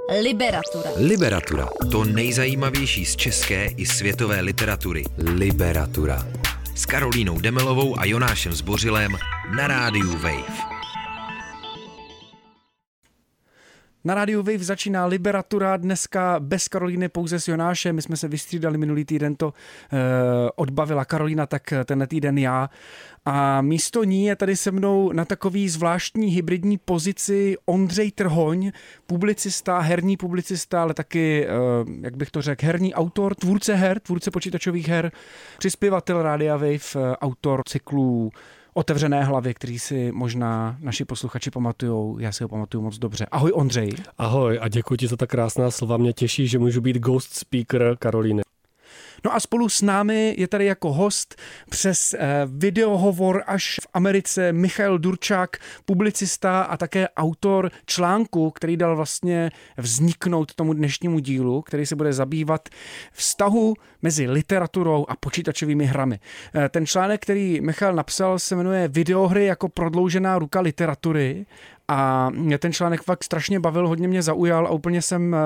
Liberatura. Liberatura. To nejzajímavější z české i světové literatury. Liberatura. S Karolínou Demelovou a Jonášem Zbořilem na rádiu Wave. Na rádiu Wave začíná Liberatura, dneska bez Karolíny, pouze s Jonášem. My jsme se vystřídali, minulý týden to odbavila Karolína, tak tenhle týden já. A místo ní je tady se mnou na takový zvláštní hybridní pozici Ondřej Trhoň, publicista, herní publicista, ale taky, jak bych to řekl, herní autor, tvůrce počítačových her, přispěvatel Rádia Wave, autor cyklů Otevřené hlavy, který si možná naši posluchači pamatujou, já si ho pamatuju moc dobře. Ahoj Ondřej. Ahoj a děkuji ti za ta krásná slova, mě těší, že můžu být ghost speaker Karolíny. No a spolu s námi je tady jako host přes videohovor až v Americe Michal Durčák, publicista a také autor článku, který dal vlastně vzniknout tomu dnešnímu dílu, který se bude zabývat vztahu mezi literaturou a počítačovými hrami. Ten článek, který Michal napsal, se jmenuje Videohry jako prodloužená ruka literatury a mě ten článek fakt strašně bavil, hodně mě zaujal a úplně jsem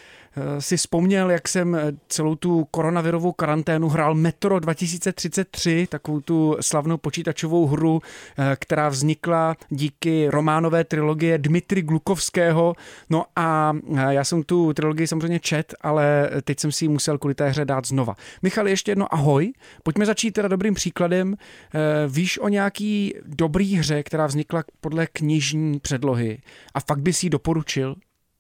si vzpomněl, jak jsem celou tu koronavirovou karanténu hrál Metro 2033, takovou tu slavnou počítačovou hru, která vznikla díky románové trilogie Dmitry Glukovského. No a já jsem tu trilogii samozřejmě čet, ale teď jsem si ji musel kvůli té hře dát znova. Michal, ještě jedno ahoj. Pojďme začít teda dobrým příkladem. Víš o nějaký dobrý hře, která vznikla podle knižní předlohy a fakt bys ji doporučil?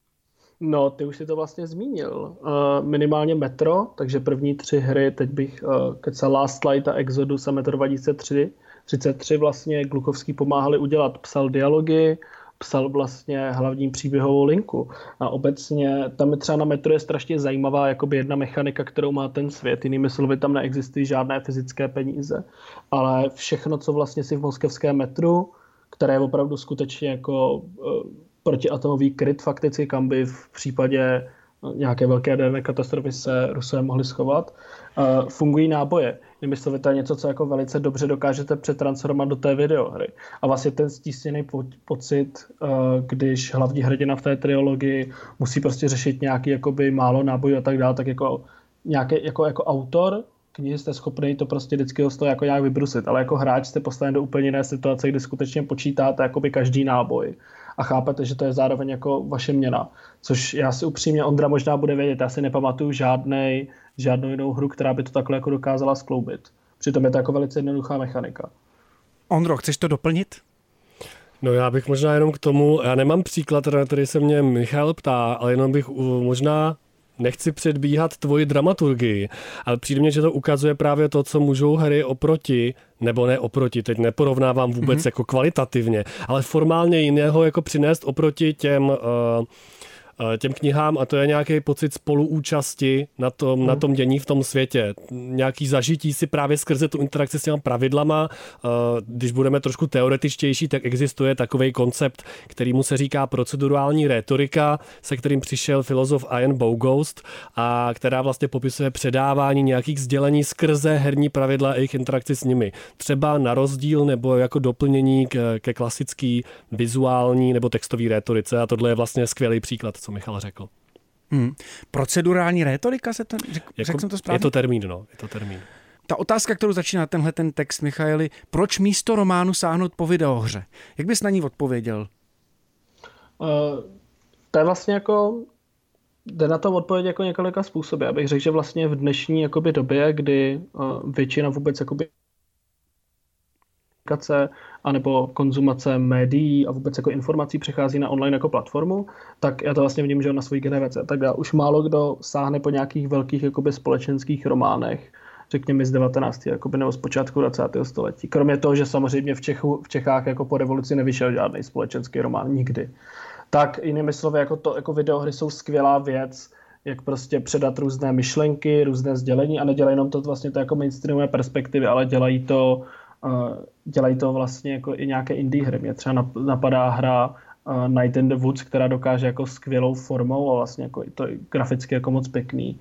No, ty už si to vlastně zmínil. Minimálně Metro, takže první 3 hry, teď bych kecal Last Light a Exodus a Metro 2033 vlastně Glukovský pomáhali udělat, psal dialogy, psal vlastně hlavní příběhovou linku. A obecně tam je třeba na Metro je strašně zajímavá jakoby jedna mechanika, kterou má ten svět. Jinými slovy, tam neexistují žádné fyzické peníze. Ale všechno, co vlastně si v moskevském metru, které je opravdu skutečně jako protiatomový kryt fakticky, kam by v případě nějaké velké jaderné katastrofy se Rusové mohli schovat, fungují náboje. Jinými slovy, to je něco, co jako velice dobře dokážete přetransformovat do té videohry. A vlastně ten stísněný pocit, když hlavní hrdina v té trilogii musí prostě řešit nějaký jakoby málo nábojů a tak dále, tak jako nějaký, jako autor knihy jste schopný to prostě vždycky z toho jako nějak vybrusit, ale jako hráč jste postaven do úplně jiné situace, kdy skutečně počítáte jakoby každý náboj a chápete, že to je zároveň jako vaše měna. Což já si upřímně, Ondra možná bude vědět, já si nepamatuju žádnou jinou hru, která by to takhle jako dokázala skloubit. Přitom je to jako velice jednoduchá mechanika. Ondro, chceš to doplnit? No já bych možná jenom k tomu, já nemám příklad, na který se mě Michal ptá, ale jenom bych možná nechci předbíhat tvoji dramaturgii, ale přijde mně, že to ukazuje právě to, co můžou hry oproti, nebo ne oproti, teď neporovnávám vůbec jako kvalitativně, ale formálně jiného jako přinést oproti těm knihám, a to je nějaký pocit spoluúčasti na tom dění v tom světě. Nějaký zažití si právě skrze tu interakci s těma pravidlama. Když budeme trošku teoretičtější, tak existuje takovej koncept, kterýmu se říká procedurální rétorika, se kterým přišel filozof Ian Bogost a která vlastně popisuje předávání nějakých sdělení skrze herní pravidla a jejich interakci s nimi. Třeba na rozdíl nebo jako doplnění ke klasický vizuální nebo textový rétorice, a tohle je vlastně skvělý příklad, co Michal řekl. Procedurální rétorika se to řekl jsem to správně? Je to termín, no. Je to termín. Ta otázka, kterou začíná tenhle ten text, Michaeli, proč místo románu sáhnout po videohře? Jak bys na ní odpověděl? To je vlastně jako, jde na to odpověď jako několika způsoby. Já bych řekl, že vlastně v dnešní jakoby době, kdy většina vůbec jakoby anebo konzumace médií a vůbec jako informací přechází na online jako platformu, tak já to vlastně vidím, že na svojí generaci. Tak už málo kdo sáhne po nějakých velkých jakoby společenských románech, řekněme z 19. Jakoby, nebo z počátku 20. století. Kromě toho, že samozřejmě v Čechách jako po revoluci nevyšel žádný společenský román nikdy. Tak jinými slovy, jako videohry jsou skvělá věc, jak prostě předat různé myšlenky, různé sdělení a nedělají jenom to vlastně to jako mainstreamové perspektivy, ale dělají to vlastně jako i nějaké indie hry. Mě třeba napadá hra Night in the Woods, která dokáže jako skvělou formou a vlastně jako to je graficky jako moc pěkný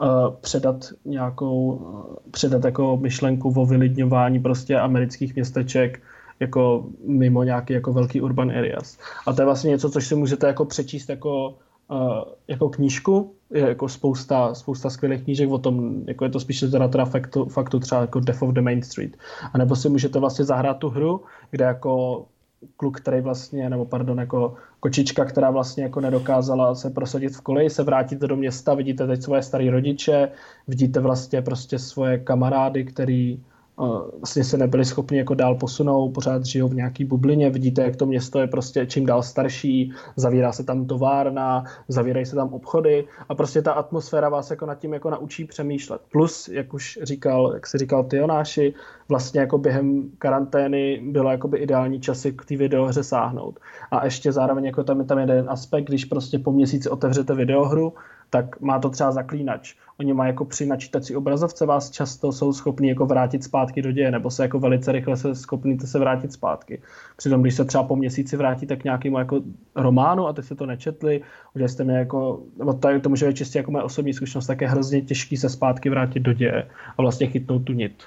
předat jako myšlenku o vylidňování prostě amerických městeček jako mimo nějaký jako velký urban areas. A to je vlastně něco, což si můžete jako přečíst jako jako knížku, je jako spousta skvělých knížek o tom, jako je to spíš literatura faktu třeba jako Death of the Main Street. A nebo si můžete vlastně zahrát tu hru, kde jako kluk, který vlastně, nebo pardon, jako kočička, která vlastně jako nedokázala se prosadit v koleji, se vrátíte do města, vidíte teď svoje starý rodiče, vidíte vlastně prostě svoje kamarády, který vlastně se nebyli schopni jako dál posunout, pořád žijou v nějaký bublině, vidíte, jak to město je prostě čím dál starší, zavírá se tam továrna, zavírají se tam obchody a prostě ta atmosféra vás jako nad tím jako naučí přemýšlet. Plus, jak si říkal ty, Jonáši, vlastně jako během karantény bylo jakoby ideální časy k té videohře sáhnout. A ještě zároveň jako tam je jeden aspekt, když prostě po měsíci otevřete videohru, tak má to třeba Zaklínač. Oni mají jako při načítací obrazovce vás často jsou schopni jako vrátit zpátky do děje, nebo se jako velice rychle schopni se vrátit zpátky. Přitom, když se třeba po měsíci vrátíte k nějakému jako románu a teď jste to nečetli, udělali jste mě jako, nebo to může být čistě jako moje osobní zkušenost, tak je hrozně těžký se zpátky vrátit do děje a vlastně chytnout tu nit.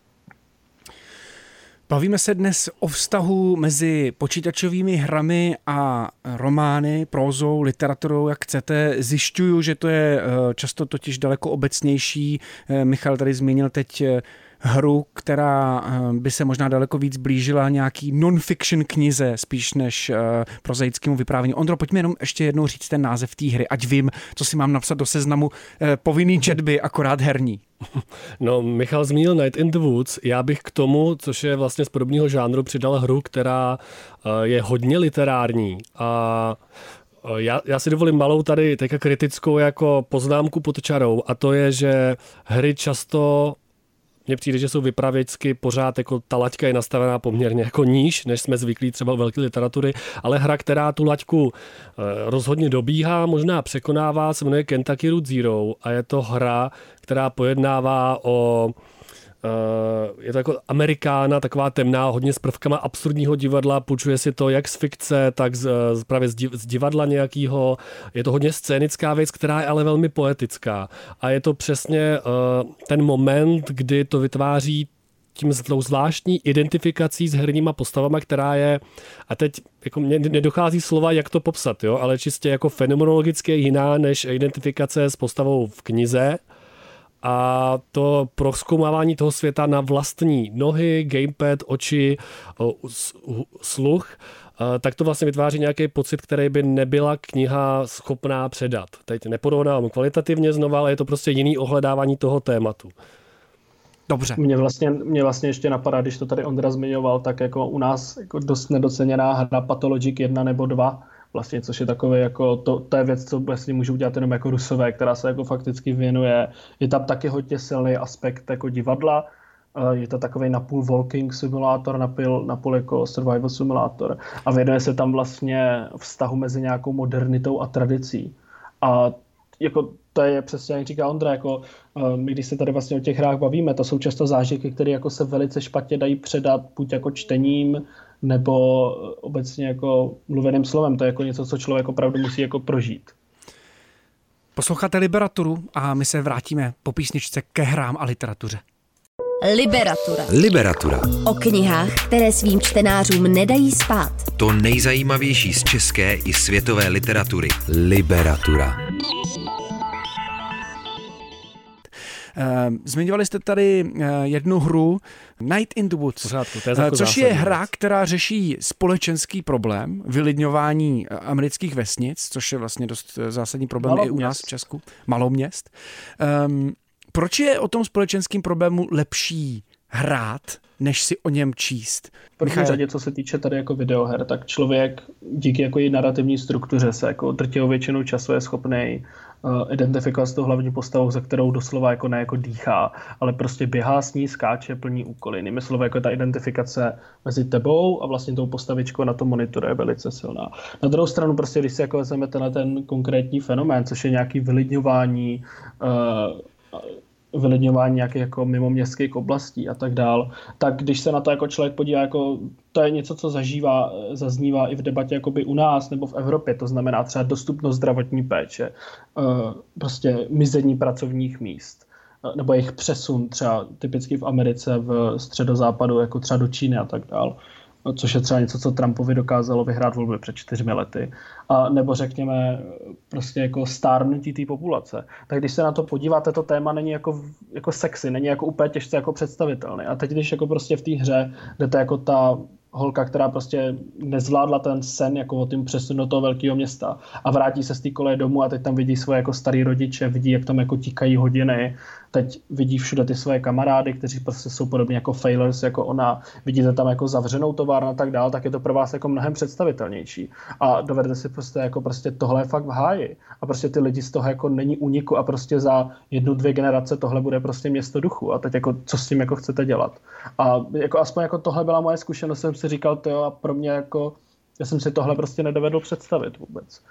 Bavíme se dnes o vztahu mezi počítačovými hrami a romány, prózou, literaturou, jak chcete. Zjišťuju, že to je často totiž daleko obecnější. Michal tady zmínil teď hru, která by se možná daleko víc blížila nějaký non-fiction knize, spíš než prozaickému vyprávění. Ondro, pojďme jenom ještě jednou říct ten název té hry, ať vím, co si mám napsat do seznamu. Povinný četby, akorát herní. No, Michal zmínil Night in the Woods. Já bych k tomu, což je vlastně z podobného žánru, přidal hru, která je hodně literární a já si dovolím malou tady teďka kritickou jako poznámku pod čarou a to je, že hry často mně přijde, že jsou vypravěčsky pořád jako ta laťka je nastavená poměrně jako níž, než jsme zvyklí třeba u velké literatury, ale hra, která tu laťku rozhodně dobíhá, možná překonává, se jmenuje Kentucky Route Zero a je to hra, která pojednává o je to jako Amerikána, taková temná, hodně s prvkama absurdního divadla, půjčuje si to jak z fikce, tak právě z divadla nějakého. Je to hodně scénická věc, která je ale velmi poetická. A je to přesně ten moment, kdy to vytváří tím zvláštní identifikací s herníma postavama, která je, a teď jako mně nedochází slova, jak to popsat, jo, ale čistě jako fenomenologicky jiná než identifikace s postavou v knize. A to prozkoumávání toho světa na vlastní nohy, gamepad, oči, sluch, tak to vlastně vytváří nějaký pocit, který by nebyla kniha schopná předat. Teď neporovnávám kvalitativně znova, ale je to prostě jiný ohledávání toho tématu. Dobře. Mě vlastně ještě napadá, když to tady Ondra zmiňoval, tak jako u nás jako dost nedoceněná hra Pathologic 1 nebo 2, vlastně, což je takové jako, to je věc, co vlastně můžou dělat jenom jako Rusové, která se jako fakticky věnuje. Je tam taky hodně silný aspekt jako divadla, je to takový napůl walking simulátor, napůl jako survival simulátor a věnuje se tam vlastně vztahu mezi nějakou modernitou a tradicí. A jako to je přesně, jak říká Ondra, jako my, když se tady vlastně o těch hrách bavíme, to jsou často zážitky, které jako se velice špatně dají předat, buď jako čtením, nebo obecně jako mluveným slovem. To je jako něco, co člověk opravdu musí jako prožít. Posloucháte Liberaturu a my se vrátíme po písničce ke hrám a literatuře. Liberatura. O knihách, které svým čtenářům nedají spát. To nejzajímavější z české i světové literatury. Liberatura. Zmiňovali jste tady jednu hru Night in the Woods, Pořádku, což je hra, která řeší společenský problém, vylidňování amerických vesnic, což je vlastně dost zásadní problém i u nás v Česku, maloměst. Proč je o tom společenském problému lepší hrát, než si o něm číst? V první řadě, co se týče tady jako videoher, tak člověk díky jako její narrativní struktuře se jako drtivou většinou času je schopný identifikovat s tou hlavní postavou, za kterou doslova jako ne jako dýchá, ale prostě běhá s ní, skáče, plní úkoly. Jinými slovy, jako ta identifikace mezi tebou a vlastně tou postavičkou na tom monitoru je velice silná. Na druhou stranu prostě, když si jako vezmeme ten konkrétní fenomén, což je nějaký vylidňování nějakých jako mimoměstských oblastí a tak dál, tak když se na to jako člověk podívá, jako to je něco, co zaznívá i v debatě jakoby u nás nebo v Evropě, to znamená třeba dostupnost zdravotní péče, prostě mizení pracovních míst, nebo jejich přesun třeba typicky v Americe, v středozápadu, jako třeba do Číny a tak dál. což je třeba něco, co Trumpovi dokázalo vyhrát volby před 4 lety, a nebo řekněme prostě jako stárnutí té populace. Tak když se na to podíváte, to téma není jako sexy, není jako úplně těžce jako představitelný. A teď, když jako prostě v té hře jdete jako ta holka, která prostě nezvládla ten sen jako o tím přesunu do toho velkého města a vrátí se z té koleje domů a teď tam vidí svoje jako starý rodiče, vidí, jak tam jako tíkají hodiny, teď vidí všude ty svoje kamarády, kteří prostě jsou podobně jako failers, jako ona, vidíte tam jako zavřenou továrnu a tak dál, tak je to pro vás jako mnohem představitelnější. A dovedete si prostě tohle je fakt v háji. A prostě ty lidi z toho jako není úniku a prostě za 1-2 generace tohle bude prostě město duchu. A teď jako co s tím jako chcete dělat? A jako aspoň jako tohle byla moje zkušenost, jsem si říkal, to a pro mě jako já jsem si tohle prostě nedovedl představit vůbec.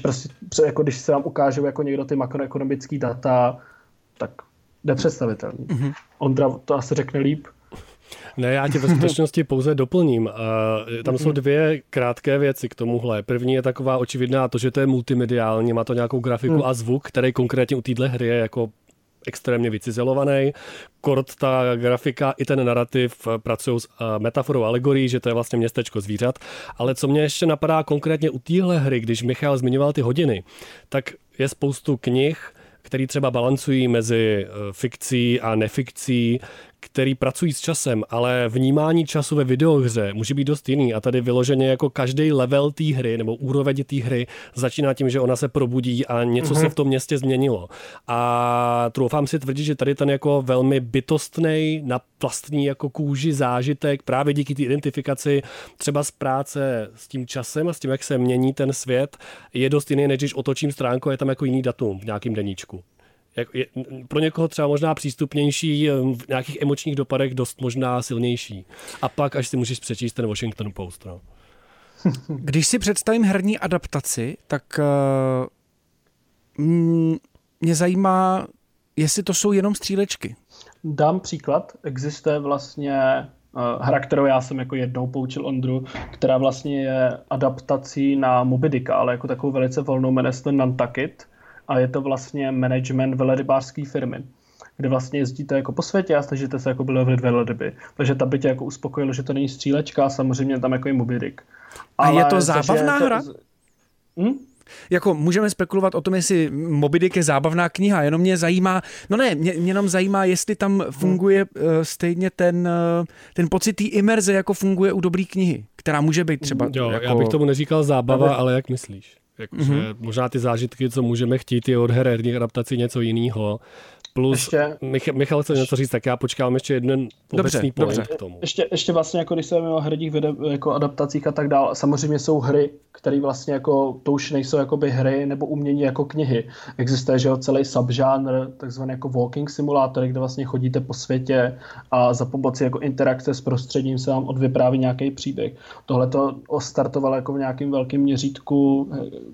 Když se vám ukážou jako někdo ty makroekonomický data, tak nepředstavitelný. Mm-hmm. Ondra to asi řekne líp. Ne, já tě ve skutečnosti pouze doplním. Tam jsou 2 krátké věci k tomuhle. První je taková očividná, to, že to je multimediální, má to nějakou grafiku a zvuk, který konkrétně u téhle hry je jako extrémně vycizelovaný. Kort ta grafika i ten narrativ pracují s metaforou alegorií, že to je vlastně městečko zvířat. Ale co mě ještě napadá konkrétně u téhle hry, když Michal zmiňoval ty hodiny, tak je spoustu knih, který třeba balancují mezi fikcí a nefikcí, který pracují s časem, ale vnímání času ve videohře může být dost jiný a tady vyloženě jako každý level té hry nebo úroveň té hry začíná tím, že ona se probudí a něco se v tom městě změnilo. A troufám si tvrdit, že tady ten jako velmi bytostnej na vlastní jako kůži zážitek právě díky té identifikaci třeba z práce s tím časem a s tím, jak se mění ten svět, je dost jiný, než když otočím stránku a je tam jako jiný datum v nějakým deníčku. Je pro někoho třeba možná přístupnější, v nějakých emočních dopadech dost možná silnější. A pak, až si můžeš přečíst ten Washington Post. No. Když si představím herní adaptaci, tak mě zajímá, jestli to jsou jenom střílečky. Dám příklad. Existuje vlastně hra, kterou já jsem jako jednou poučil Ondru, která vlastně je adaptací na Moby Dicka, ale jako takovou velice volnou, jmenuje se to Nantucket. A je to vlastně management velrybářské firmy, kde vlastně jezdíte jako po světě a snažíte se jako lovit velryby. Takže ta by tě jako uspokojilo, že to není střílečka a samozřejmě tam jako je Moby Dick. A je to zábavná hra? Jako můžeme spekulovat o tom, jestli Moby Dick je zábavná kniha, jenom mě zajímá, mě jenom zajímá, jestli tam funguje stejně ten pocit té imerze, jako funguje u dobré knihy, která může být třeba... Jo, jako... já bych tomu neříkal zábava, ale jak myslíš? Jakože možná ty zážitky, co můžeme chtít, je od herních adaptací něco jiného. Plus, Michal chce něco říct, tak já počkám ještě jeden obecný point k tomu. Ještě vlastně, jako když se o herních jako adaptacích a tak dále, samozřejmě jsou hry, které vlastně jako, to už nejsou jakoby hry nebo umění jako knihy. Existuje, že celý subžánr, takzvaný jako walking simulátory, kde vlastně chodíte po světě a za pomoci jako interakce s prostředím se vám odvypráví nějaký příběh. Tohle to ostartovalo jako v nějakém velkém měřítku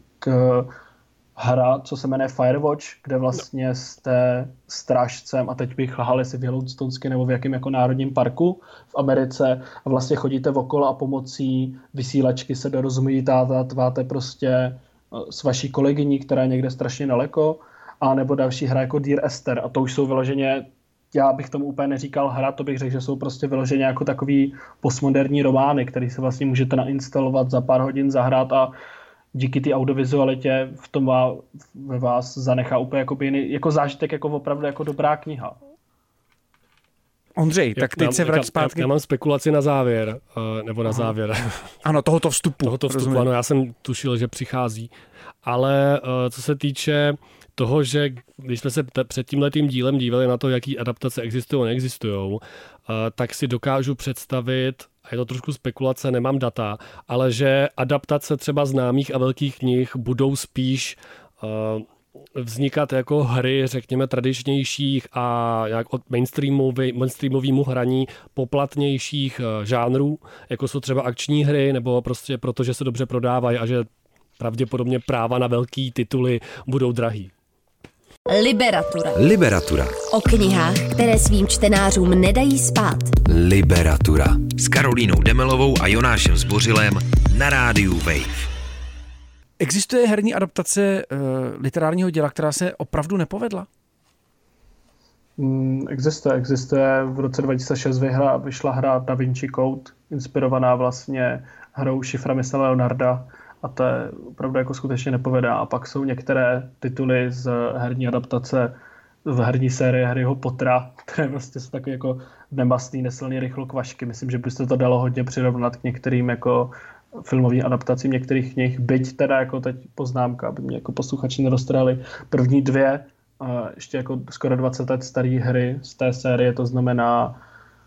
hra, co se jmenuje Firewatch, kde vlastně jste strážcem a teď bych lhal, jestli v Yellowstoneském nebo v jakém jako národním parku v Americe a vlastně chodíte okolo a pomocí vysílačky se dorozumítáte prostě s vaší kolegyní, která je někde strašně daleko, a nebo další hra jako Dear Esther a to už jsou vyloženě, já bych tomu úplně neříkal hra, to bych řekl, že jsou prostě vyloženě jako takový postmoderní romány, který se vlastně můžete nainstalovat za pár hodin, zahrát a díky té audiovizualitě v tom ve vás zanechá úplně jako zážitek, jako opravdu jako dobrá kniha. Ondřej, tak teď se vrať zpátky. Já mám spekulaci na závěr, nebo na závěr. Ano, tohoto vstupu. Ano, já jsem tušil, že přichází. Ale co se týče toho, že když jsme se před tímhletým dílem dívali na to, jaký adaptace existují a neexistují, tak si dokážu představit, a je to trošku spekulace, nemám data, ale že adaptace třeba známých a velkých knih budou spíš vznikat jako hry, řekněme, tradičnějších a jak od mainstreamovému hraní poplatnějších žánrů, jako jsou třeba akční hry, nebo prostě protože se dobře prodávají a že pravděpodobně práva na velký tituly budou drahý. Liberatura. O knihách, které svým čtenářům nedají spát. Liberatura. S Karolínou Demelovou a Jonášem Zbořilem na rádiu Wave. Existuje herní adaptace literárního děla, která se opravdu nepovedla? Existuje. V roce 2006 vyšla hra Da Vinci Code, inspirovaná vlastně hrou Šifra mistra Leonarda a to je opravdu jako skutečně nepovedá. A pak jsou některé tituly z herní adaptace v herní série Harryho Pottera, které vlastně jsou taky jako nemastný, nesilný rychlokvašky. Myslím, že by se to dalo hodně přirovnat k některým jako filmovým adaptacím některých knih, byť teda jako teď poznámka, aby mě jako posluchači nedostali. První dvě, ještě jako skoro 20 let staré hry z té série, to znamená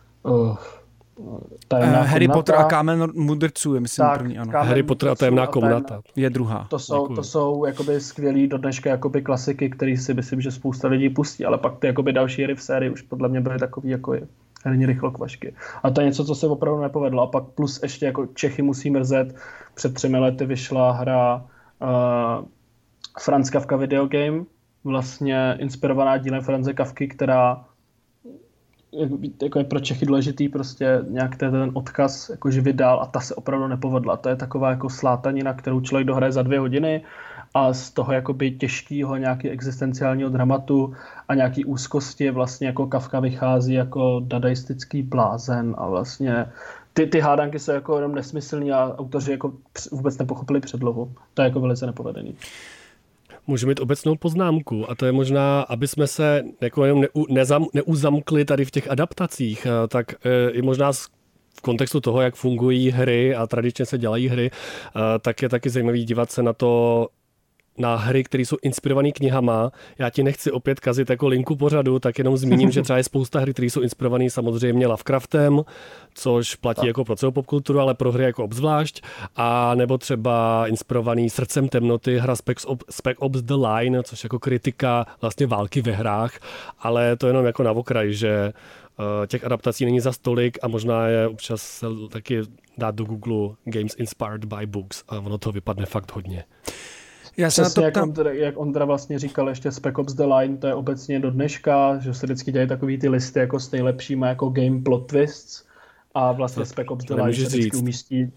Harry Potter a Kámen mudrců je, myslím, tak, první, ano. Harry Potter a Tajemná komnata je druhá. To jsou jakoby skvělý do dneška jakoby klasiky, který si myslím, že spousta lidí pustí, ale pak ty jakoby další hry v sérii už podle mě byly takový jako herní rychlokvašky. A to je něco, co se opravdu nepovedlo. A pak plus ještě jako Čechy musí mrzet. Před 3 lety vyšla hra Franz Kafka Video Game, vlastně inspirovaná dílem Franze Kafky, která jako je pro Čechy důležitý prostě nějak ten odkaz jako živit dál a ta se opravdu nepovedla. To je taková jako slátanina, kterou člověk dohraje za 2 hodiny a z toho jakoby těžkého nějaký existenciálního dramatu a nějaký úzkosti vlastně jako Kafka vychází jako dadaistický blázen a vlastně ty hádanky jsou jako jenom nesmyslný a autoři jako vůbec nepochopili předlohu. To je jako velice nepovedený. Můžu mít obecnou poznámku a to je možná, aby jsme se jako jenom neuzamkli tady v těch adaptacích, tak i možná v kontextu toho, jak fungují hry a tradičně se dělají hry, tak je taky zajímavý dívat se na hry, které jsou inspirované knihama. Já ti nechci opět kazit jako linku pořadu, tak jenom zmíním, že třeba je spousta hry, které jsou inspirované samozřejmě Lovecraftem, což platí jako pro celou popkulturu, ale pro hry jako obzvlášť, a nebo třeba inspirovaný Srdcem temnoty, hra Spec Ops The Line, což jako kritika vlastně války ve hrách, ale to jenom jako na okraj, že těch adaptací není za stolik a možná je občas se taky dát do Google Games Inspired by Books a ono toho vypadne fakt hodně. Já se přesně, jak Ondra vlastně říkal, ještě Spec Ops The Line, to je obecně do dneška, že se vždycky dělají takový ty listy jako s nejlepšíma jako game plot twists a vlastně Spec Ops The Line se vždycky umístí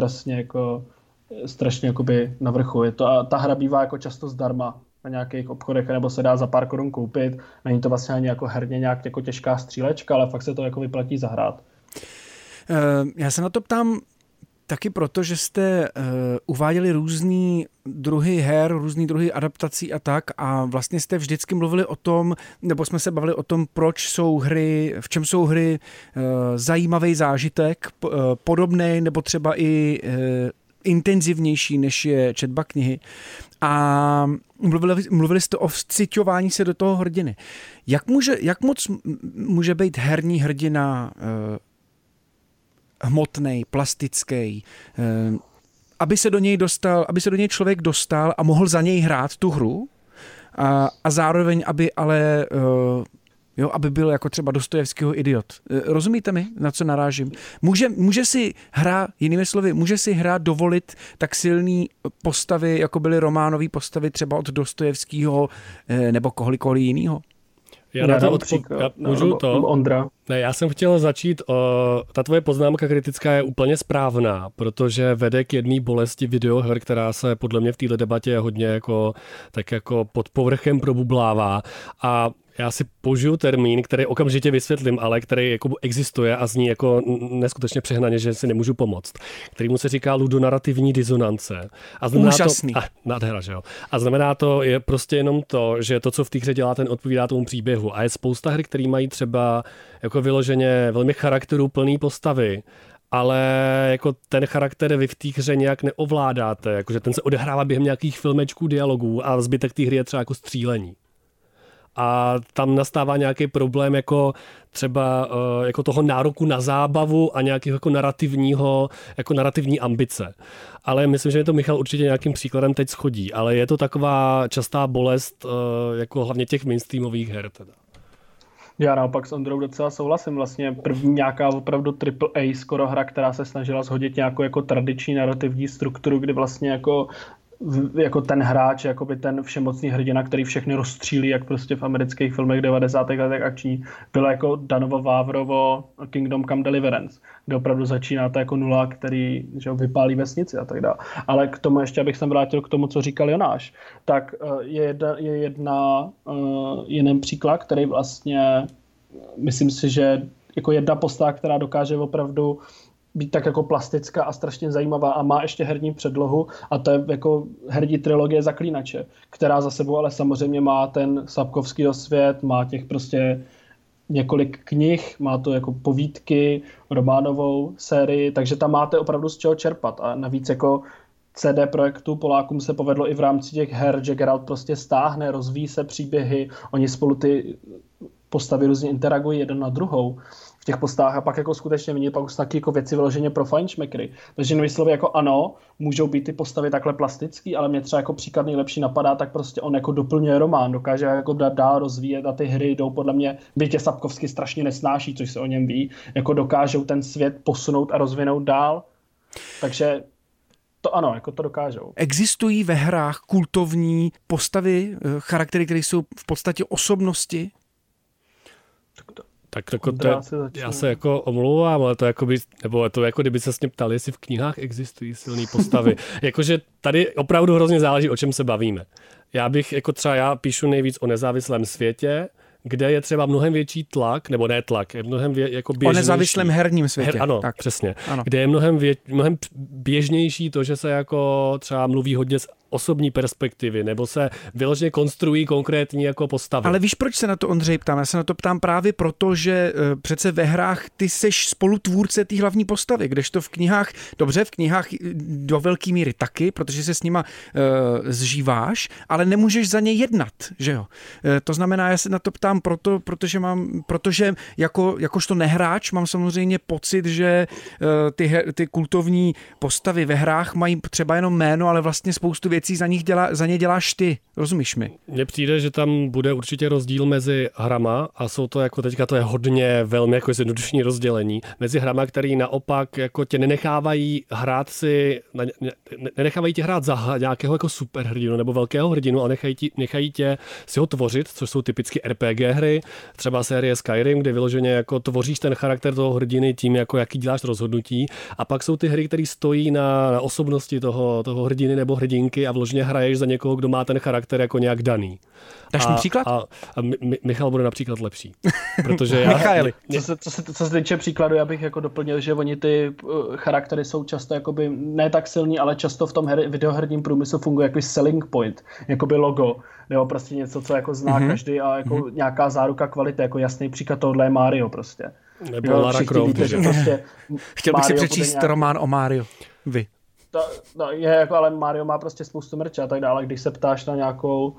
strašně jakoby na vrchu. Je to, a ta hra bývá jako často zdarma na nějakých obchodech, nebo se dá za pár korun koupit. Není to vlastně ani jako herně nějak jako těžká střílečka, ale fakt se to jako vyplatí zahrát. Já se na to ptám taky proto, že jste uváděli různý druhy her, různý druhy adaptací a tak a vlastně jste vždycky mluvili o tom, nebo jsme se bavili o tom, proč jsou hry, v čem jsou hry zajímavý zážitek, podobný nebo třeba i intenzivnější, než je četba knihy. A mluvili jste o vciťování se do toho hrdiny. Jak moc může být herní hrdina hmotnej, plastický, aby se do něj člověk dostal a mohl za něj hrát tu hru a zároveň, aby ale aby byl jako třeba Dostojevskýho idiot. Rozumíte mi, na co narážím? Může si hra dovolit tak silný postavy, jako byly románové postavy třeba od Dostojevskýho nebo kohokoliv jinýho? Ondra. Ne, já jsem chtěl začít, ta tvoje poznámka kritická je úplně správná, protože vede k jedné bolesti videoher, která se podle mě v této debatě hodně tak jako pod povrchem probublává a já si použiju termín, který okamžitě vysvětlím, ale který jako existuje a zní jako neskutečně přehnaně, že si nemůžu pomoct. Kterýmu se říká ludonarrativní disonance. A znamená úžasný. Nádhera, že jo. A znamená to je prostě jenom to, že to, co v té hře dělá, ten odpovídá tomu příběhu. A je spousta her, které mají třeba jako vyloženě velmi charakteruplný postavy, ale jako ten charakter vy v té hře nějak neovládáte, jakože ten se odehrává během nějakých filmečků, dialogů a zbytek té hry je třeba jako střílení. A tam nastává nějaký problém jako třeba jako toho nároku na zábavu a nějakého jako narrativní ambice. Ale myslím, že to Michal určitě nějakým příkladem teď schodí, ale je to taková častá bolest jako hlavně těch mainstreamových her teda. Já naopak s Ondrou docela souhlasím. Vlastně první nějaká opravdu AAA skoro hra, která se snažila shodit nějakou jako tradiční narrativní strukturu, kdy vlastně jako ten hráč, jakoby ten všemocný hrdina, který všechny rozstřílí, jak prostě v amerických filmech 90. letech akční, bylo jako Danovo Vávrovo Kingdom Come Deliverance, kde opravdu začínáte jako nula, který vypálí vesnici a tak dále. Ale k tomu ještě, abych se vrátil k tomu, co říkal Jonáš, tak je jeden příklad, který vlastně myslím si, že jako jedna postava, která dokáže opravdu být tak jako plastická a strašně zajímavá a má ještě herní předlohu a to je jako herní trilogie Zaklínače, která za sebou ale samozřejmě má ten Sapkowskiho svět, má těch prostě několik knih, má to jako povídky, románovou sérii, takže tam máte opravdu z čeho čerpat a navíc jako CD Projektu Polákům se povedlo i v rámci těch her, že Geralt prostě stáhne, rozvíjí se příběhy, oni spolu ty postavy různě interagují jeden na druhou v těch postavách a pak jako skutečně vidí, pak už taky jako věci vyloženě pro fajnšmekry. Takže nevyslově jako ano, můžou být ty postavy takhle plastický, ale mě třeba jako příklad nejlepší napadá, tak prostě on jako doplňuje román, dokáže jako dál rozvíjet a ty hry jdou podle mě, byť Sapkowski strašně nesnáší, což se o něm ví, jako dokážou ten svět posunout a rozvinout dál. Takže to ano, jako to dokážou. Existují ve hrách kultovní postavy, charaktery, které jsou v podstatě osobnosti? Tak jako já se jako omlouvám, ale to jako kdyby se s mě ptali, jestli v knihách existují silné postavy. Jakože tady opravdu hrozně záleží, o čem se bavíme. Já píšu nejvíc o nezávislém světě, kde je třeba mnohem větší tlak, nebo ne tlak, je mnohem jako běžnější. O nezávislém herním světě. Ano, tak. Přesně. Ano. Kde je mnohem běžnější to, že se jako třeba mluví hodně z osobní perspektivy, nebo se vyloženě konstruují konkrétní jako postavy. Ale víš, proč se na to, Ondřej, ptám? Já se na to ptám právě proto, že přece ve hrách ty seš spolutvůrce té hlavní postavy, kdežto v knihách, dobře, v knihách do velké míry taky, protože se s nima zžíváš, ale nemůžeš za ně jednat, že jo? To znamená, já se na to ptám protože jakožto nehráč mám samozřejmě pocit, že ty kultovní postavy ve hrách mají třeba jenom jméno, ale vlastně spoustu věcí za ně děláš ty, rozumíš mi? Mně přijde, že tam bude určitě rozdíl mezi hrama a jsou to jako teďka to je hodně velmi jako zjednodušené rozdělení mezi hrama, který naopak jako tě nenechávají tě hrát za nějakého jako superhrdinu nebo velkého hrdinu, ale nechají tě si ho tvořit, což jsou typicky RPG hry, třeba série Skyrim, kde vyloženě jako tvoříš ten charakter toho hrdiny tím, jako jaký děláš rozhodnutí, a pak jsou ty hry, které stojí na osobnosti toho hrdiny nebo hrdinky a vložně hraješ za někoho, kdo má ten charakter jako nějak daný. Dáš mi příklad? A Michal bude například lepší. Protože já... Michaeli. Co se týče příkladu, já bych jako doplnil, že oni ty charaktery jsou často jakoby ne tak silní, ale často v tom videoherním průmyslu funguje jako selling point, jakoby logo, nebo prostě něco, co jako zná každý a jako nějaká záruka kvality, jako jasný příklad tohle je Mario prostě. Nebo Lara Croft. Prostě chtěl bych si přečíst román o Mario. Vy. No, je jako, ale Mario má prostě spoustu merče a tak dále, když se ptáš na nějakou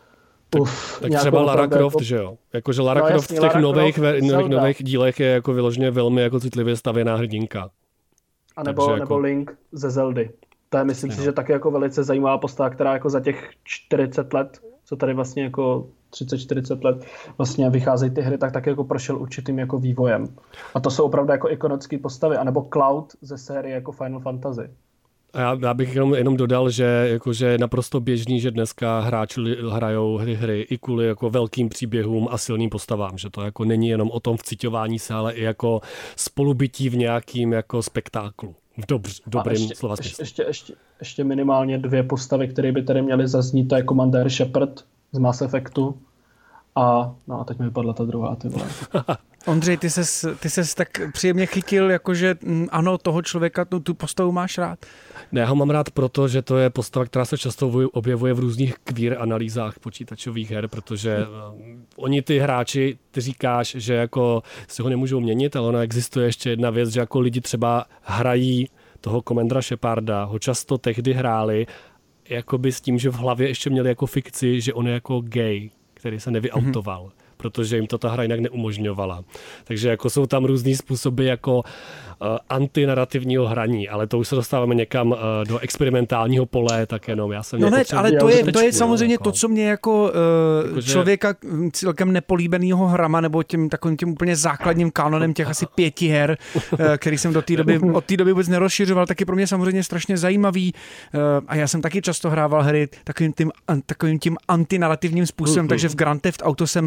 tak třeba Lara Croft, že jo? Jakože Lara Croft v těch nových dílech je jako vyloženě velmi jako citlivě stavěná hrdinka. A nebo Link ze Zeldy. To je, myslím si, že taky jako velice zajímavá postava, která jako za těch 40 let, co tady vlastně jako 30-40 let vlastně vycházejí ty hry, tak jako prošel určitým jako vývojem. A to jsou opravdu jako ikonické postavy. A nebo Cloud ze série jako Final Fantasy. A já bych jenom dodal, že je naprosto běžný, že dneska hráči hrajou hry i kvůli jako velkým příběhům a silným postavám, že to jako není jenom o tom vciťování se, ale i jako spolubytí v nějakým jako spektáklu. V dobrým slova smyslu. Ještě minimálně 2 postavy, které by tady měly zaznít, to je Commander Shepard z Mass Effectu a teď mi vypadla ta druhá, ty vole. Ondřej, ty ses tak příjemně chytil, jakože ano, toho člověka, tu postavu máš rád. Ne, já ho mám rád proto, že to je postava, která se často objevuje v různých queer analýzách počítačových her, protože oni ty hráči, ty říkáš, že jako si ho nemůžou měnit, ale ona existuje ještě jedna věc, že jako lidi třeba hrají toho Commandera Sheparda, ho často tehdy hráli jakoby s tím, že v hlavě ještě měli jako fikci, že on je jako gay, který se nevyautoval. Protože jim to ta hra jinak neumožňovala. Takže jako jsou tam různý způsoby jako antinarativního hraní, ale to už se dostáváme někam do experimentálního pole, tak jenom já jsem... ale to je samozřejmě jako to, co mě jako člověka celkem nepolíbenýho hrama, nebo tím úplně základním kanonem těch asi 5 her, který jsem od té doby vůbec nerozšiřoval, tak je pro mě samozřejmě strašně zajímavý a já jsem taky často hrával hry takovým tím antinarativním způsobem, takže v Grand Theft Auto jsem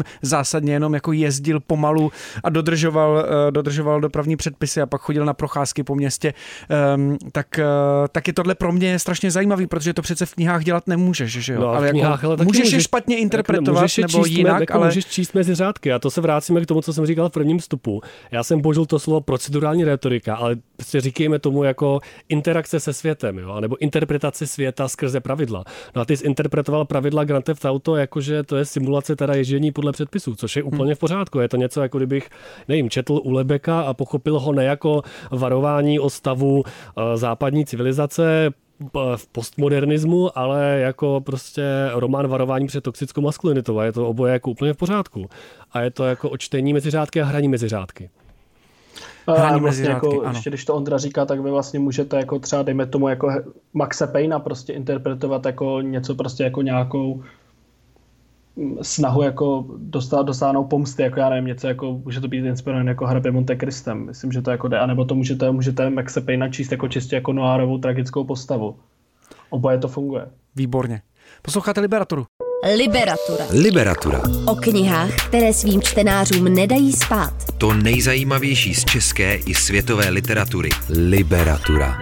zásadně jenom jako jezdil pomalu a dodržoval dopravní předpisy a pak chodil na procházky po městě, tak je tohle pro mě strašně zajímavý, protože to přece v knihách dělat nemůžeš, že jo? No, ale knihách, jako, můžeš je špatně interpretovat nebo jinak, ale můžeš číst mezi řádky. A to se vracíme k tomu, co jsem říkal v prvním vstupu. Já jsem použil to slovo procedurální retorika, ale prostě říkejme tomu jako interakce se světem, jo? Nebo interpretace světa skrze pravidla. No a ty jsi interpretoval pravidla Grand Theft Auto, jakože to je simulace teda ježdění podle předpisů, což je úplně v pořádku. Je to něco, jako kdybych, nevím, četl Ulebeka a pochopil ho ne jako varování o stavu západní civilizace v postmodernismu, ale jako prostě román varování před toxickou maskulinitou. A je to oboje jako úplně v pořádku. A je to jako o čtení mezi řádky a hraní mezi řádky. A vlastně jako, ještě když to Ondra říká, tak vy vlastně můžete jako třeba, dejme tomu, jako Maxe Payna prostě interpretovat jako něco prostě jako nějakou snahu jako dosáhnout pomsty, jako já nevím, něco jako, může to být inspirované jako Hrabě Monte Cristem, myslím, že to jako jde, anebo to můžete Maxe Payna číst jako čistě jako noárovou tragickou postavu. Oboje to funguje. Výborně. Posloucháte Liberaturu? Liberatura. O knihách, které svým čtenářům nedají spát. To nejzajímavější z české i světové literatury. Liberatura.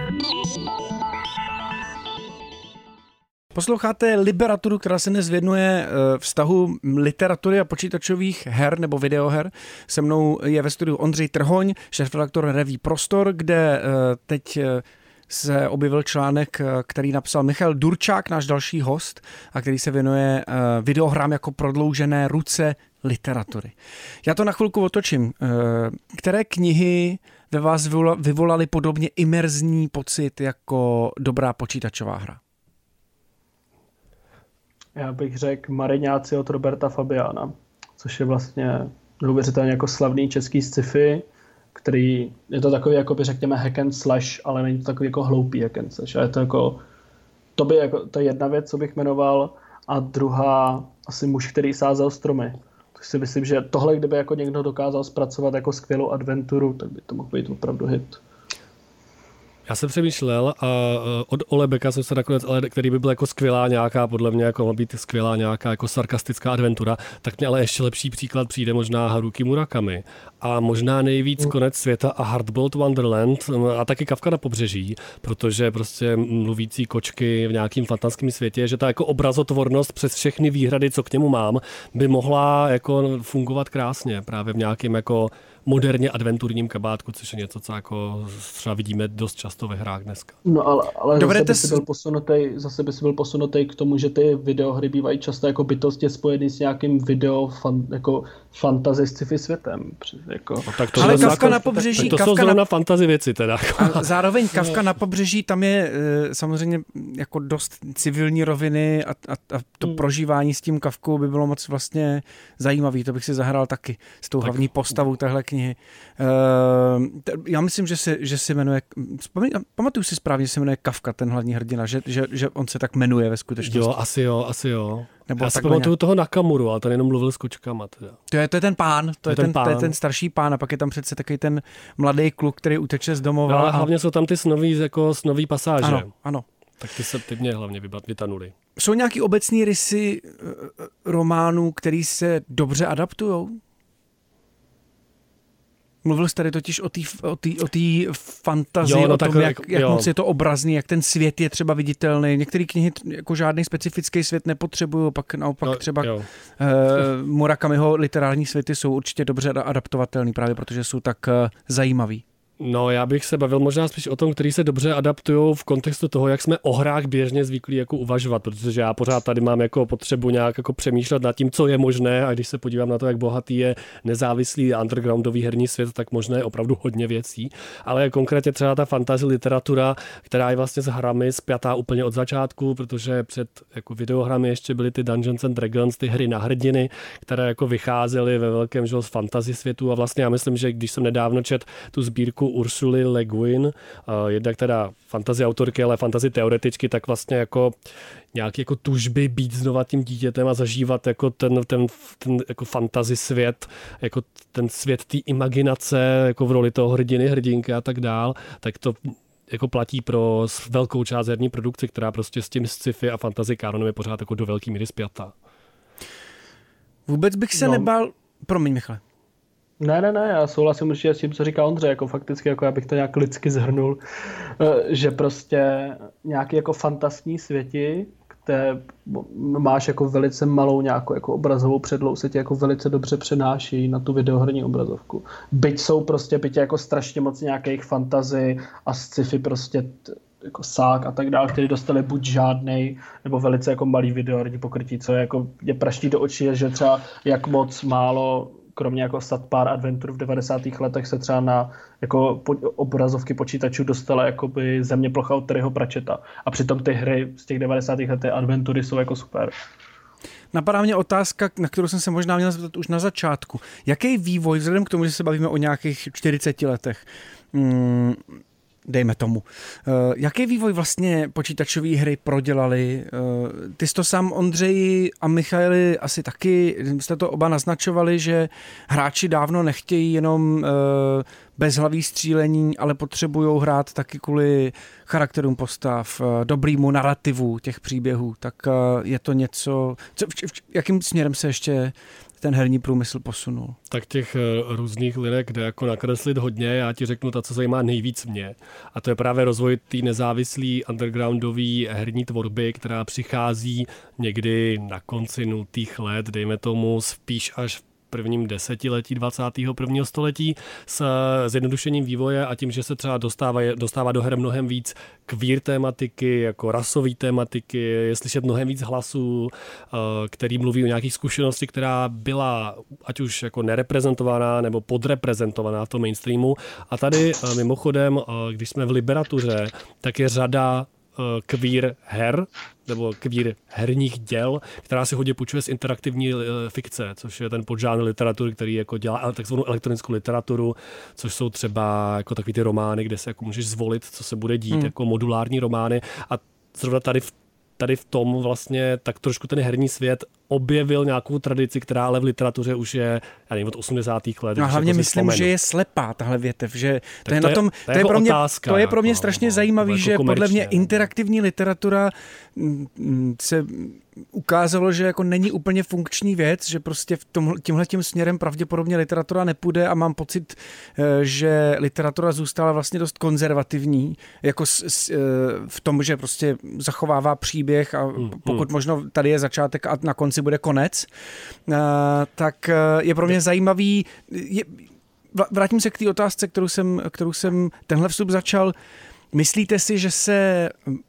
Posloucháte Liberaturu, která se dnes věnuje vztahu literatury a počítačových her nebo videoher. Se mnou je ve studiu Ondřej Trhoň, šéfredaktor Reví Prostor, kde teď se objevil článek, který napsal Michal Durčák, náš další host, a který se věnuje videohrám jako prodloužené ruce literatury. Já to na chvilku otočím. Které knihy ve vás vyvolaly podobně imerzní pocit jako dobrá počítačová hra? Já bych řekl Mariňáci od Roberta Fabiana, což je vlastně neuvěřitelně jako slavný český sci-fi, který je to takový, jako by řekněme hack and slash, ale není to takový jako hloupý hack and slash. A je to jako, to je jedna věc, co bych jmenoval, a druhá asi Muž, který sázel stromy. Tak si myslím, že tohle, kdyby jako někdo dokázal zpracovat jako skvělou adventuru, tak by to mohl být opravdu hit. Já jsem přemýšlel a od Olebeka jsem se nakonec, ale který by byl jako skvělá nějaká, podle mě jako mohla být skvělá nějaká jako sarkastická adventura, tak mě ale ještě lepší příklad přijde možná Haruki Murakami a možná nejvíc Konec světa a Hardboiled Wonderland a taky Kafka na pobřeží, protože prostě mluvící kočky v nějakým fantastickém světě, že ta jako obrazotvornost přes všechny výhrady, co k němu mám, by mohla jako fungovat krásně právě v nějakém jako moderně adventurním kabátku, což je něco, co jako třeba vidíme dost často ve hrách dneska. No ale zase by si byl posunutý k tomu, že ty videohry bývají často jako bytostně spojený s nějakým jako fantasy sci-fi světem. Jako. No, tak to ale Kafka na pobřeží... Tak to jsou zrovna fantasy věci teda. A zároveň Kafka na pobřeží, tam je samozřejmě jako dost civilní roviny a to prožívání s tím Kafkou by bylo moc vlastně zajímavý. To bych si zahrál taky s tou hlavní postavou téhle knihy. Já myslím, že se jmenuje, pamatuju si správně, že se jmenuje Kafka, ten hlavní hrdina, že on se tak jmenuje ve skutečnosti. Jo, asi jo. Nebo já si pamatuju toho Nakamuru, ale ten jenom mluvil s kočkama. Teda. To je ten pán, to je ten starší pán a pak je tam přece takový ten mladý kluk, který uteče z domova. No, ale hlavně jsou tam ty snový pasáže. Ano. Tak ty mě hlavně vytanuly. Jsou nějaký obecný rysy románů, který se dobře adaptujou? Mluvil jsi tady totiž o té fantazii, o tom, jak moc je to obrazný, jak ten svět je třeba viditelný. Některé knihy jako žádný specifický svět nepotřebují, pak naopak třeba Murakamiho literární světy jsou určitě dobře adaptovatelný, právě protože jsou tak zajímavý. No, já bych se bavil možná spíš o tom, který se dobře adaptují v kontextu toho, jak jsme o hrách běžně zvyklí jako uvažovat, protože já pořád tady mám jako potřebu nějak jako přemýšlet nad tím, co je možné, a když se podívám na to, jak bohatý je nezávislý undergroundový herní svět, tak možné je opravdu hodně věcí, ale konkrétně třeba ta fantasy literatura, která je vlastně s hrami spjatá úplně od začátku, protože před jako videohrami ještě byly ty Dungeons and Dragons, ty hry na hrdiny, které jako vycházely ve velkém z fantasy světu, a vlastně já myslím, že když jsem nedávno čet tu sbírku Ursuly Le Guin, jednak teda fantasy autorky, ale fantasy teoretičky, tak vlastně jako nějaký jako tužby být znova tím dítětem a zažívat jako ten jako fantasy svět, jako ten svět té imaginace, jako v roli toho hrdinky a tak dál, tak to jako platí pro velkou část herní produkce, která prostě s tím sci-fi a fantasy kánonem je pořád jako do velký míry spjatá. Vůbec bych se nebál Promiň, Michale. Ne, já souhlasím určitě s tím, co říká Ondřej, jako fakticky, jako abych to nějak lidsky zhrnul, že prostě nějaký jako fantastní světi, které máš jako velice malou nějakou jako obrazovou předlohu, se ti jako velice dobře přenáší na tu videoherní obrazovku. Byť je jako strašně moc nějakých fantasy a sci-fi prostě jako sák a tak dále, který dostali buď žádnej, nebo velice jako malý videoherní pokrytí, co je jako je praští do očí, že třeba jak moc málo, kromě jako pár adventur v 90. letech se třeba na jako obrazovky počítačů dostala jakoby země plocha od Terryho Pratchetta. A přitom ty hry z těch 90. let adventury jsou jako super. Napadá mě otázka, na kterou jsem se možná měl zeptat už na začátku. Jaký vývoj, vzhledem k tomu, že se bavíme o nějakých 40 letech, dejme tomu. Jaký vývoj vlastně počítačové hry prodělali? Ty jsi to sám, Ondřeji a Michaeli, asi taky, jste to oba naznačovali, že hráči dávno nechtějí jenom bezhlavý střílení, ale potřebují hrát taky kvůli charakterům postav, dobrýmu narrativu těch příběhů. Tak je to něco... Jakým směrem se ještě ten herní průmysl posunul? Tak těch různých linek jde jako nakreslit hodně. Já ti řeknu to, co zajímá nejvíc mě. A to je právě rozvoj té nezávislé undergroundové herní tvorby, která přichází někdy na konci 0. let, dejme tomu spíš až v prvním desetiletí 21. století s zjednodušením vývoje a tím, že se třeba dostává do her mnohem víc queer tématiky, jako rasové tématiky, je slyšet mnohem víc hlasů, který mluví o nějakých zkušenosti, která byla ať už jako nereprezentovaná nebo podreprezentovaná v tom mainstreamu. A tady mimochodem, když jsme v Liberatuře, tak je řada queer her, nebo queer herních děl, která se hodně půjčuje z interaktivní fikce, což je ten podžánr literatury, který jako dělá takzvanou elektronickou literaturu, což jsou třeba jako takový ty romány, kde se jako můžeš zvolit, co se bude dít, jako modulární romány. A zrovna tady v tom vlastně tak trošku ten herní svět objevil nějakou tradici, která ale v literatuře už je, já nevím, od 80. let. No hlavně jako myslím, že je slepá tahle větev, že to je to na tom, to je pro mě otázka, to je pro mě strašně zajímavý, jako že podle mě interaktivní literatura se ukázalo, že jako není úplně funkční věc, že prostě tímhletím směrem pravděpodobně literatura nepůjde a mám pocit, že literatura zůstala vlastně dost konzervativní, jako v tom, že prostě zachovává příběh a pokud možno tady je začátek a na konci bude konec, tak je pro mě zajímavý. Vrátím se k té otázce, kterou jsem tenhle vstup začal. Myslíte si, že se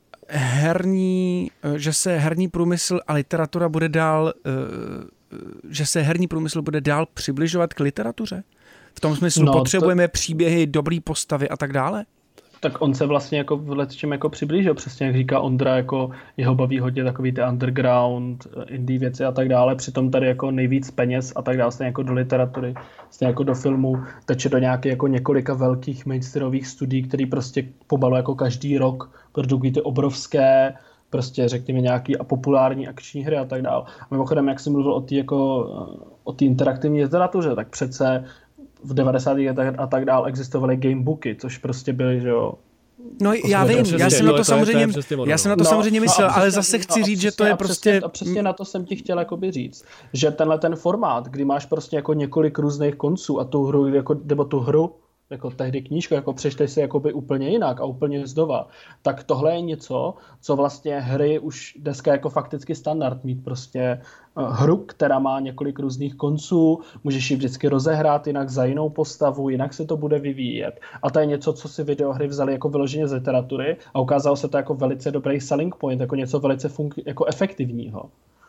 herní průmysl a literatura bude dál, že se herní průmysl bude dál přibližovat k literatuře? V tom smyslu potřebujeme příběhy, dobrý postavy a tak dále? Tak on se vlastně jako v lecčem jako přiblížil, přesně jak říká Ondra, jako jeho baví hodně takový ty underground, indie věci a tak dále, přitom tady jako nejvíc peněz a tak dále, stejně jako do literatury, stejně jako do filmu, teče do nějakých jako několika velkých mainstreamových studií, který prostě pomalu jako každý rok produkují ty obrovské, prostě řekněme nějaký populární akční hry a tak dále. A mimochodem, jak jsem mluvil o té interaktivní literatuře, tak přece v 90. letech a tak dál existovaly gamebooky, což prostě byly, že jo. No já vím, já jsem na to samozřejmě myslel, ale zase chci říct, že to je prostě... A přesně na to jsem ti chtěl jakoby říct, že tenhle ten formát, kdy máš prostě jako několik různých konců a tu hru, jako, nebo tu hru, jako tehdy knížku, jako přečteš si jakoby úplně jinak a úplně znova, tak tohle je něco, co vlastně hry už dneska jako fakticky standard mít prostě hru, která má několik různých konců, můžeš ji vždycky rozehrát jinak za jinou postavu, jinak se to bude vyvíjet. A to je něco, co si videohry vzali jako vyloženě z literatury a ukázalo se to jako velice dobrý selling point, jako něco velice jako efektivního.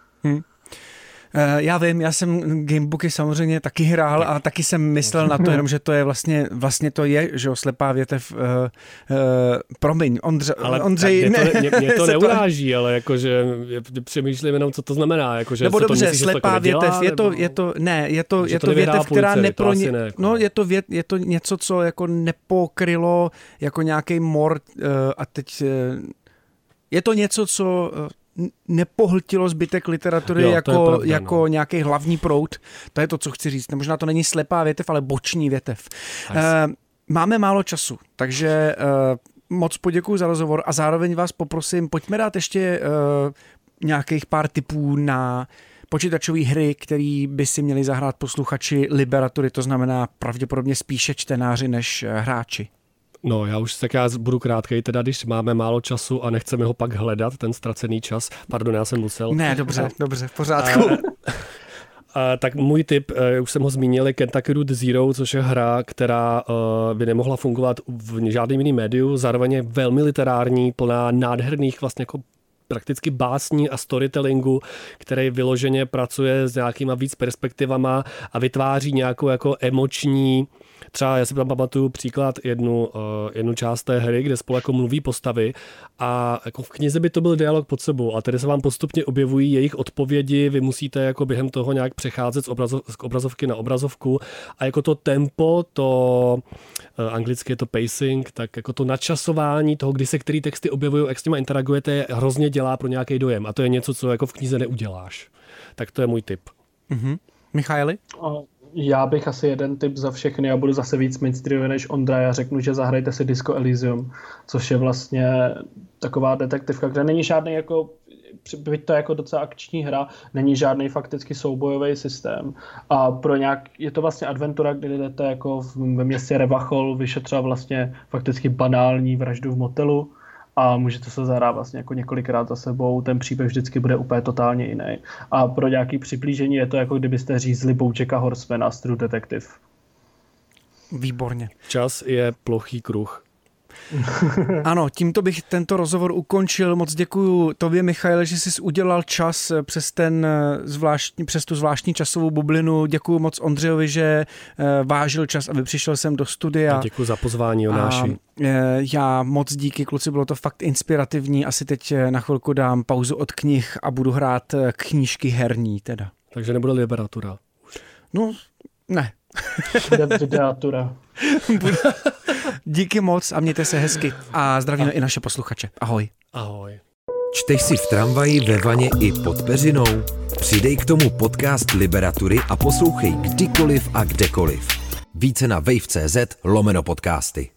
Já vím, já jsem gamebooky samozřejmě taky hrál a taky jsem myslel na to, jenom že to je vlastně to je, že jo, slepá větev, promiň, Ondřej. Mě to neuráží, ale jakože přemýšlím jenom, co to znamená. Jakože nebo dobře, slepá větev, je to větev, která je to něco, co jako nepokrylo jako nějaký mor a teď je to něco, co nepohltilo zbytek literatury jako nějaký hlavní proud. To je to, co chci říct. Možná to není slepá větev, ale boční větev. Máme málo času, takže moc poděkuju za rozhovor a zároveň vás poprosím, pojďme dát ještě nějakých pár tipů na počítačové hry, které by si měli zahrát posluchači Liberatury, to znamená pravděpodobně spíše čtenáři než hráči? No, já budu krátkej, teda když máme málo času a nechceme ho pak hledat, ten ztracený čas. Pardon, já jsem musel. Ne, dobře, v pořádku. Tak můj tip, už jsem ho zmínil, je Kentucky Route Zero, což je hra, která by nemohla fungovat v žádném jiném médiu, zároveň je velmi literární, plná nádherných vlastně jako prakticky básní a storytellingu, který vyloženě pracuje s nějakýma víc perspektivama a vytváří nějakou jako emoční. Třeba já si tam pamatuju příklad jednu část té hry, kde spolu jako mluví postavy a jako v knize by to byl dialog pod sebou a tady se vám postupně objevují jejich odpovědi, vy musíte jako během toho nějak přecházet z obrazovky na obrazovku a jako to tempo, to anglicky je to pacing, tak jako to načasování toho, kdy se který texty objevují, jak s nima interagujete, hrozně dělá pro nějaký dojem a to je něco, co jako v knize neuděláš. Tak to je můj tip. Mm-hmm. Michaeli? Já bych asi jeden tip za všechny a budu zase víc mainstreamový než Ondra. Já řeknu, že zahrajte si Disco Elysium, což je vlastně taková detektivka, kde není žádný jako, byť to je jako docela akční hra, není žádný fakticky soubojový systém. A je to vlastně adventura, kdy jdete jako ve městě Revachol vyšetřovat vlastně fakticky banální vraždu v motelu. A můžete se zahrát vlastně jako několikrát za sebou, ten příběh vždycky bude úplně totálně jiný. A pro nějaký přiblížení je to jako kdybyste řízli Bojacka Horsemana z True Detective. Výborně. Čas je plochý kruh. Ano, tímto bych tento rozhovor ukončil. Moc děkuju tobě, Michaile, že jsi udělal čas přes tu zvláštní časovou bublinu. Děkuju moc Ondřejovi, že vážil čas, aby přišel sem do studia. Děkuji za pozvání, Jonáši. Já moc díky, kluci, bylo to fakt inspirativní. Asi teď na chvilku dám pauzu od knih a budu hrát knížky herní teda. Takže nebude Liberatura. No, ne. Videatura. Díky moc a mějte se hezky. A zdravíme i naše posluchače. Ahoj. Ahoj. Čteš si v tramvaji, ve vaně i pod peřinou? Přidej k tomu podcast Liberatury a poslouchej kdykoliv a kdekoliv. Více na wave.cz/podcasty.